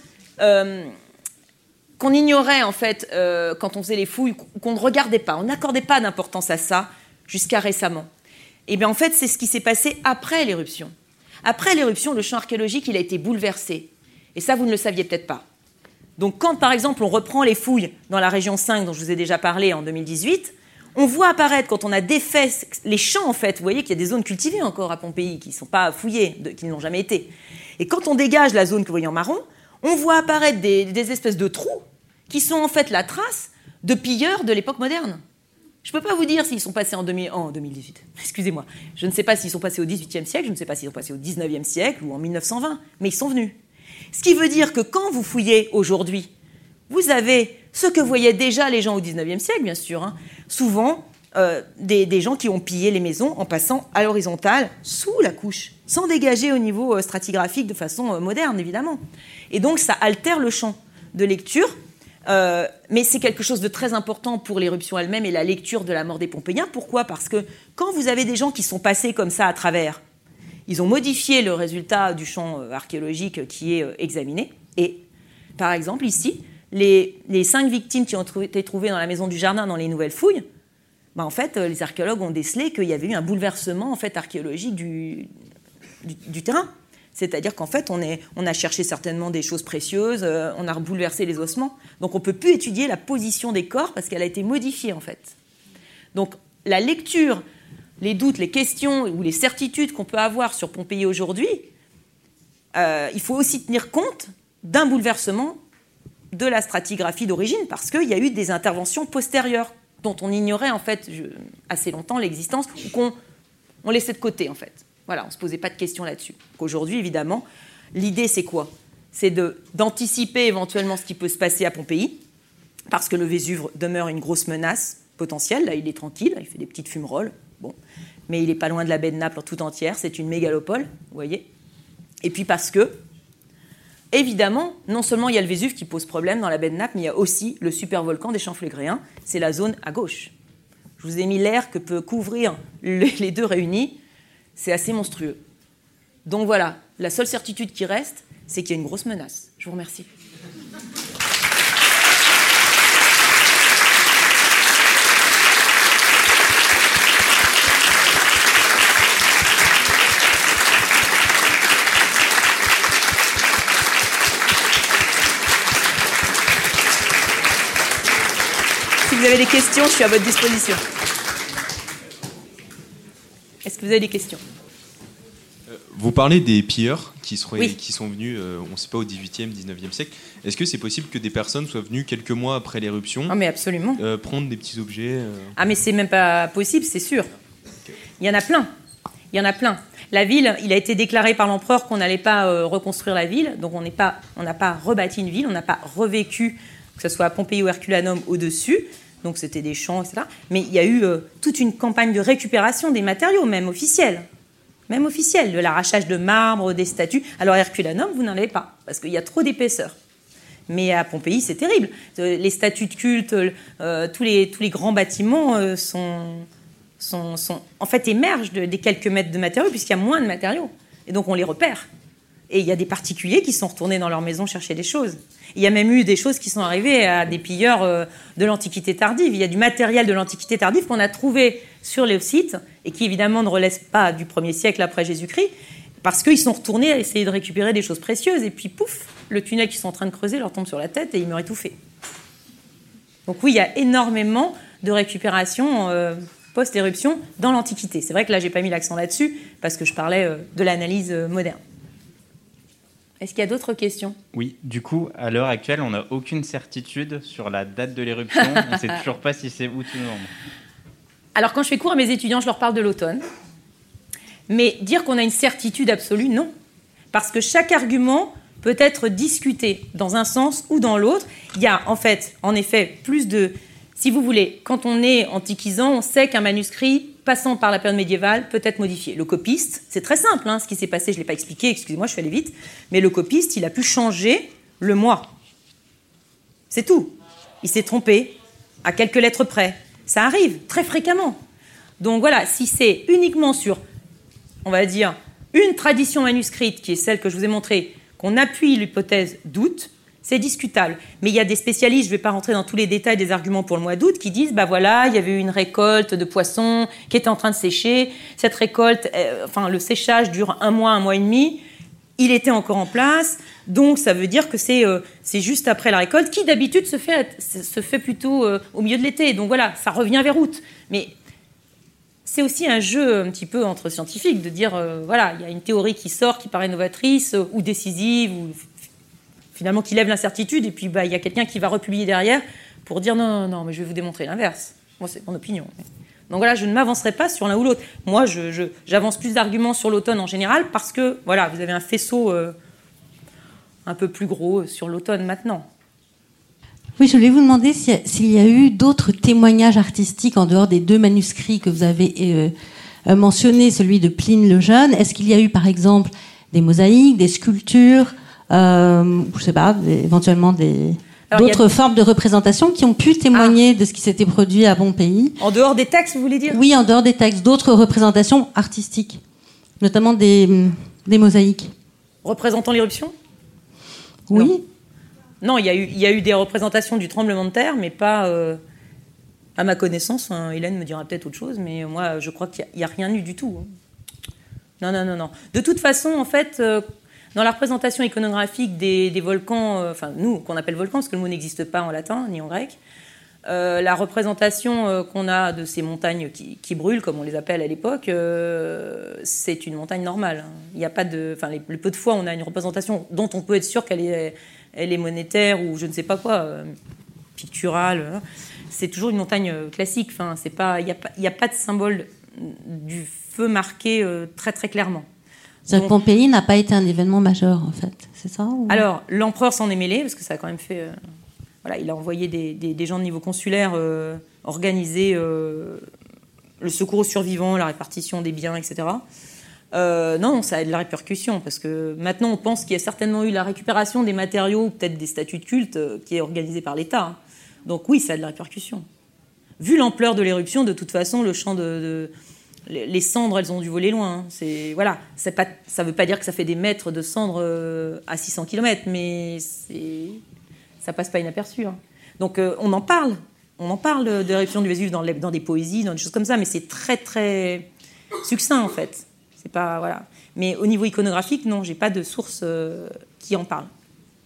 qu'on ignorait, en fait, quand on faisait les fouilles, qu'on ne regardait pas. On n'accordait pas d'importance à ça jusqu'à récemment. Et bien, en fait, c'est ce qui s'est passé après l'éruption. Après l'éruption, le champ archéologique, il a été bouleversé. Et ça, vous ne le saviez peut-être pas. Donc, quand, par exemple, on reprend les fouilles dans la région 5, dont je vous ai déjà parlé en 2018, on voit apparaître, quand on a défait les champs, en fait, vous voyez qu'il y a des zones cultivées encore à Pompéi, qui ne sont pas fouillées, qui n'ont jamais été. Et quand on dégage la zone que vous voyez en marron, on voit apparaître des espèces de trous qui sont en fait la trace de pilleurs de l'époque moderne. Je ne peux pas vous dire s'ils sont passés en 2018. Excusez-moi. Je ne sais pas s'ils sont passés au XVIIIe siècle, je ne sais pas s'ils sont passés au XIXe siècle ou en 1920, mais ils sont venus. Ce qui veut dire que quand vous fouillez aujourd'hui, vous avez ce que voyaient déjà les gens au XIXe siècle, bien sûr, hein, souvent des gens qui ont pillé les maisons en passant à l'horizontale, sous la couche, sans dégager au niveau stratigraphique de façon moderne, évidemment. Et donc, ça altère le champ de lecture. Mais c'est quelque chose de très important pour l'éruption elle-même et la lecture de la mort des Pompéiens. Pourquoi ? Parce que quand vous avez des gens qui sont passés comme ça à travers, ils ont modifié le résultat du champ archéologique qui est examiné. Et par exemple, ici, les 5 victimes qui ont été trouvées dans la maison du jardin dans les nouvelles fouilles, en fait, les archéologues ont décelé qu'il y avait eu un bouleversement en fait, archéologique du terrain. C'est-à-dire qu'en fait, on a cherché certainement des choses précieuses, on a bouleversé les ossements. Donc, on ne peut plus étudier la position des corps parce qu'elle a été modifiée, en fait. Donc, la lecture, les doutes, les questions ou les certitudes qu'on peut avoir sur Pompéi aujourd'hui, il faut aussi tenir compte d'un bouleversement de la stratigraphie d'origine parce qu'il y a eu des interventions postérieures dont on ignorait, en fait, assez longtemps l'existence ou qu'on laissait de côté, en fait. Voilà, on ne se posait pas de questions là-dessus. Donc aujourd'hui, évidemment, l'idée, c'est quoi ? C'est d'anticiper éventuellement ce qui peut se passer à Pompéi, parce que le Vésuve demeure une grosse menace potentielle. Là, il est tranquille, il fait des petites fumerolles, bon. Mais il n'est pas loin de la baie de Naples tout entière, c'est une mégalopole, vous voyez. Et puis parce que, évidemment, non seulement il y a le Vésuve qui pose problème dans la baie de Naples, mais il y a aussi le supervolcan des Champflégréens, c'est la zone à gauche. Je vous ai mis l'air que peut couvrir les deux réunis. C'est assez monstrueux. Donc voilà, la seule certitude qui reste, c'est qu'il y a une grosse menace. Je vous remercie. Si vous avez des questions, je suis à votre disposition. Est-ce que vous avez des questions ? Vous parlez des pilleurs qui sont venus, on ne sait pas, au XVIIIe, XIXe siècle. Est-ce que c'est possible que des personnes soient venues quelques mois après l'éruption mais absolument. Prendre des petits objets Ah, mais c'est même pas possible, c'est sûr. Il y en a plein. Il y en a plein. La ville, il a été déclaré par l'empereur qu'on n'allait pas reconstruire la ville, donc on n'a pas rebâti une ville, on n'a pas revécu, que ce soit à Pompéi ou Herculanum, au-dessus, donc c'était des champs, etc. Mais il y a eu toute une campagne de récupération des matériaux, même officiels, de l'arrachage de marbre, des statues. Alors à Herculanum, vous n'en avez pas, parce qu'il y a trop d'épaisseur. Mais à Pompéi, c'est terrible. Les statues de culte, tous les grands bâtiments en fait, émergent des quelques mètres de matériaux, puisqu'il y a moins de matériaux. Et donc, on les repère. Et il y a des particuliers qui sont retournés dans leur maison chercher des choses. Il y a même eu des choses qui sont arrivées à des pilleurs de l'Antiquité tardive. Il y a du matériel de l'Antiquité tardive qu'on a trouvé sur les sites, et qui, évidemment, ne relève pas du 1er siècle après Jésus-Christ, parce qu'ils sont retournés à essayer de récupérer des choses précieuses. Et puis, pouf, le tunnel qu'ils sont en train de creuser leur tombe sur la tête et ils meurent étouffés. Donc oui, il y a énormément de récupération post-éruption dans l'Antiquité. C'est vrai que là, je n'ai pas mis l'accent là-dessus parce que je parlais de l'analyse moderne. Est-ce qu'il y a d'autres questions ? Oui, du coup, à l'heure actuelle, on n'a aucune certitude sur la date de l'éruption. On ne sait toujours pas si c'est août ou novembre. Alors, quand je fais cours à mes étudiants, je leur parle de l'automne. Mais dire qu'on a une certitude absolue, non. Parce que chaque argument peut être discuté dans un sens ou dans l'autre. Il y a en effet, plus de... Si vous voulez, quand on est antiquisant, on sait qu'un manuscrit, passant par la période médiévale, peut être modifié. Le copiste, c'est très simple, ce qui s'est passé, je ne l'ai pas expliqué, excusez-moi, je suis allée vite, mais le copiste, il a pu changer le mois. C'est tout. Il s'est trompé à quelques lettres près. Ça arrive très fréquemment. Donc voilà, si c'est uniquement sur, on va dire, une tradition manuscrite, qui est celle que je vous ai montrée, qu'on appuie l'hypothèse d'août, c'est discutable. Mais il y a des spécialistes, je ne vais pas rentrer dans tous les détails des arguments pour le mois d'août, qui disent, voilà, il y avait eu une récolte de poissons qui était en train de sécher. Cette récolte, le séchage dure 1 mois, 1 mois et demi. Il était encore en place. Donc, ça veut dire que c'est juste après la récolte, qui d'habitude se fait plutôt au milieu de l'été. Donc voilà, ça revient vers août. Mais c'est aussi un jeu un petit peu entre scientifiques, de dire, il y a une théorie qui sort, qui paraît novatrice ou décisive, ou finalement qui lève l'incertitude, et puis il y a quelqu'un qui va republier derrière pour dire non, mais je vais vous démontrer l'inverse. Moi, c'est mon opinion. Donc voilà, je ne m'avancerai pas sur l'un ou l'autre. Moi, j'avance plus d'arguments sur l'automne en général, parce que vous avez un faisceau un peu plus gros sur l'automne maintenant. Oui, je voulais vous demander s'il y a eu d'autres témoignages artistiques en dehors des 2 manuscrits que vous avez mentionnés, celui de Pline le Jeune. Est-ce qu'il y a eu, par exemple, des mosaïques, des sculptures, je sais pas, éventuellement d'autres formes de représentation qui ont pu témoigner de ce qui s'était produit à Pompéi. En dehors des textes, vous voulez dire ? Oui, en dehors des textes, d'autres représentations artistiques, notamment des mosaïques. Représentant l'éruption ? Oui. Non, il y a eu des représentations du tremblement de terre, mais pas, à ma connaissance, Hélène me dira peut-être autre chose, mais moi, je crois qu'il n'y a rien eu du tout. Non. De toute façon, en fait... Dans la représentation iconographique des volcans, nous, qu'on appelle volcans, parce que le mot n'existe pas en latin ni en grec, la représentation qu'on a de ces montagnes qui brûlent, comme on les appelle à l'époque, c'est une montagne normale. Il n'y a pas le peu de fois on a une représentation dont on peut être sûr qu'elle est monétaire ou je ne sais pas quoi, picturale. C'est toujours une montagne classique. Il n'y a pas de symbole du feu marqué très très clairement. C'est-à-dire que Pompéi n'a pas été un événement majeur, en fait, c'est ça ou... Alors, l'empereur s'en est mêlé, parce que ça a quand même fait... il a envoyé des gens de niveau consulaire organiser le secours aux survivants, la répartition des biens, etc. Non, ça a de la répercussion, parce que maintenant, on pense qu'il y a certainement eu la récupération des matériaux, peut-être des statues de culte, qui est organisée par l'État. Donc oui, ça a de la répercussion. Vu l'ampleur de l'éruption, de toute façon, le champ les cendres, elles ont dû voler loin. Ça ne veut pas dire que ça fait des mètres de cendres à 600 km, mais ça passe pas inaperçu. Donc on en parle de l'éruption du Vésuve dans des poésies, dans des choses comme ça, mais c'est très très succinct en fait. C'est pas Mais au niveau iconographique, non, j'ai pas de source qui en parle.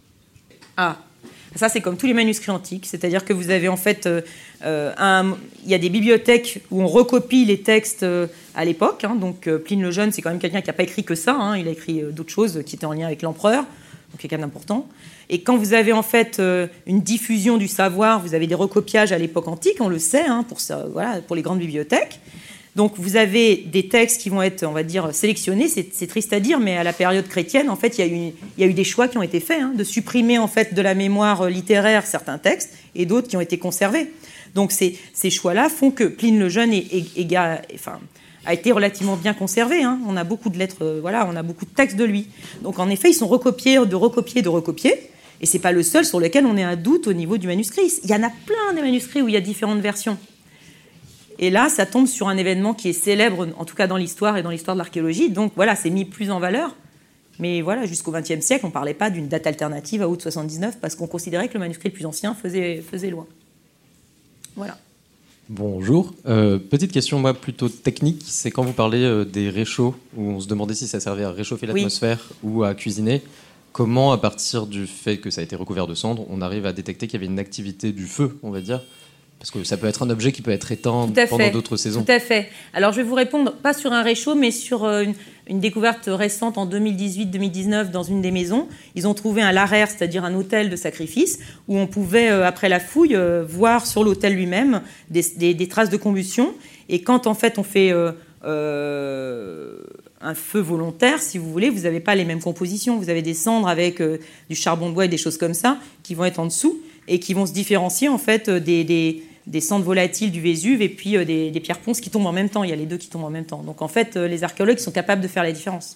Ça, c'est comme tous les manuscrits antiques, c'est-à-dire que vous avez en fait, il y a des bibliothèques où on recopie les textes à l'époque. Donc Pline le Jeune, c'est quand même quelqu'un qui n'a pas écrit que ça. Il a écrit d'autres choses qui étaient en lien avec l'empereur, donc quelqu'un d'important. Et quand vous avez en fait une diffusion du savoir, vous avez des recopiages à l'époque antique, on le sait, pour les grandes bibliothèques. Donc vous avez des textes qui vont être, on va dire, sélectionnés. C'est triste à dire, mais à la période chrétienne, en fait, il y a eu des choix qui ont été faits, de supprimer en fait de la mémoire littéraire certains textes et d'autres qui ont été conservés. Donc ces choix-là font que Pline le Jeune a été relativement bien conservé. On a beaucoup de lettres, on a beaucoup de textes de lui. Donc en effet, ils sont recopiés, de recopier. Et c'est pas le seul sur lequel on ait un doute au niveau du manuscrit. Il y en a plein des manuscrits où il y a différentes versions. Et là, ça tombe sur un événement qui est célèbre, en tout cas dans l'histoire et dans l'histoire de l'archéologie. Donc voilà, c'est mis plus en valeur. Mais voilà, jusqu'au XXe siècle, on ne parlait pas d'une date alternative à août 79 parce qu'on considérait que le manuscrit le plus ancien faisait loi. Voilà. Bonjour. Petite question, moi, plutôt technique. C'est quand vous parlez des réchauds, où on se demandait si ça servait à réchauffer l'atmosphère ou à cuisiner. Comment, à partir du fait que ça a été recouvert de cendres, on arrive à détecter qu'il y avait une activité du feu, on va dire ? Parce que ça peut être un objet qui peut être éteint pendant d'autres saisons. Tout à fait. Alors, je vais vous répondre, pas sur un réchaud, mais sur une découverte récente en 2018-2019 dans une des maisons. Ils ont trouvé un laraire, c'est-à-dire un autel de sacrifice, où on pouvait, après la fouille, voir sur l'autel lui-même des traces de combustion. Et quand, en fait, on fait un feu volontaire, si vous voulez, vous n'avez pas les mêmes compositions. Vous avez des cendres avec du charbon de bois et des choses comme ça, qui vont être en dessous et qui vont se différencier, en fait, des cendres volatiles du Vésuve et puis des pierres ponces qui tombent en même temps. Il y a les deux qui tombent en même temps. Donc en fait, les archéologues sont capables de faire la différence.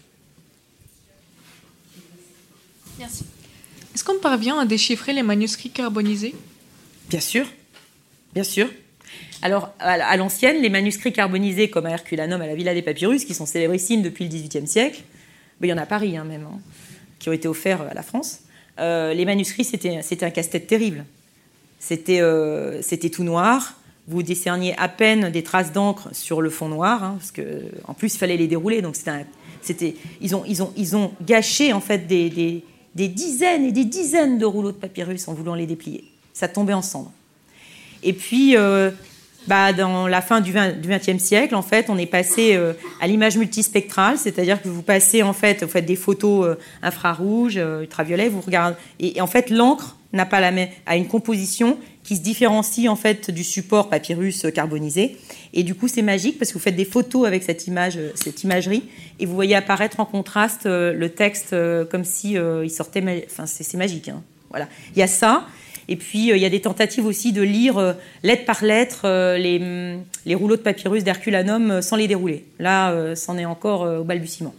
Merci. Est-ce qu'on parvient à déchiffrer les manuscrits carbonisés ? Bien sûr, bien sûr. Alors, à l'ancienne, les manuscrits carbonisés, comme à Herculanum, à la Villa des Papyrus, qui sont célébrissimes depuis le XVIIIe siècle, il y en a à Paris même, qui ont été offerts à la France. Les manuscrits, c'était un casse-tête terrible. C'était tout noir. Vous décerniez à peine des traces d'encre sur le fond noir, parce qu'en plus, il fallait les dérouler. Donc ils ont gâché en fait des dizaines et des dizaines de rouleaux de papyrus en voulant les déplier. Ça tombait en cendres. Et puis, dans la fin du XXe siècle, en fait, on est passé à l'image multispectrale, c'est-à-dire que vous passez, en fait, vous faites des photos infrarouges, ultraviolets, vous regardez, et en fait, l'encre n'a pas a une composition qui se différencie en fait du support papyrus carbonisé, et du coup, c'est magique parce que vous faites des photos avec cette imagerie, et vous voyez apparaître en contraste le texte comme si il sortait. Enfin, c'est magique. Voilà. Il y a ça. Et puis, il y a des tentatives aussi de lire lettre par lettre les rouleaux de papyrus d'Herculanum sans les dérouler. Là, c'en est encore au balbutiement.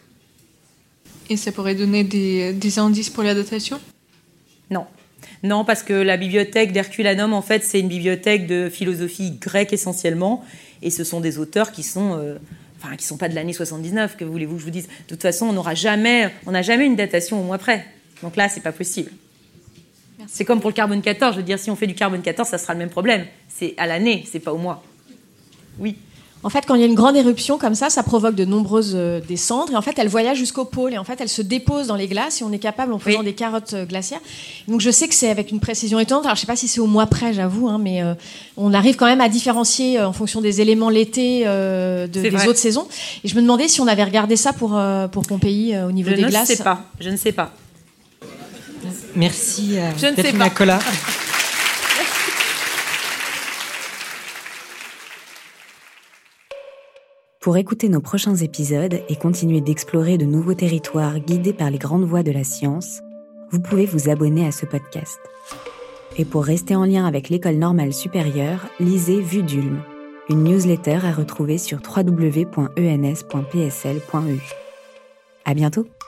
Et ça pourrait donner des indices pour la datation ? Non, parce que la bibliothèque d'Herculanum, en fait, c'est une bibliothèque de philosophie grecque essentiellement. Et ce sont des auteurs qui sont pas de l'année 79, que voulez-vous que je vous dise ? De toute façon, on n'a jamais une datation au mois près. Donc là, c'est pas possible. C'est comme pour le carbone 14, je veux dire, si on fait du carbone 14, ça sera le même problème. C'est à l'année, c'est pas au mois. Oui. En fait, quand il y a une grande éruption comme ça provoque de nombreuses des cendres, et en fait, elle voyage jusqu'au pôle, et en fait, elle se dépose dans les glaces, et on est capable, en faisant des carottes glaciaires. Donc, je sais que c'est avec une précision étonnante. Alors, je sais pas si c'est au mois près, j'avoue, mais on arrive quand même à différencier en fonction des éléments l'été des autres saisons. Et je me demandais si on avait regardé ça pour Pompéi au niveau des glaces. Je ne sais pas. Merci Delphine Acola. Pour écouter nos prochains épisodes et continuer d'explorer de nouveaux territoires guidés par les grandes voies de la science, vous pouvez vous abonner à ce podcast. Et pour rester en lien avec l'École normale supérieure, lisez Vue d'Ulm, une newsletter à retrouver sur www.ens.psl.eu. À bientôt!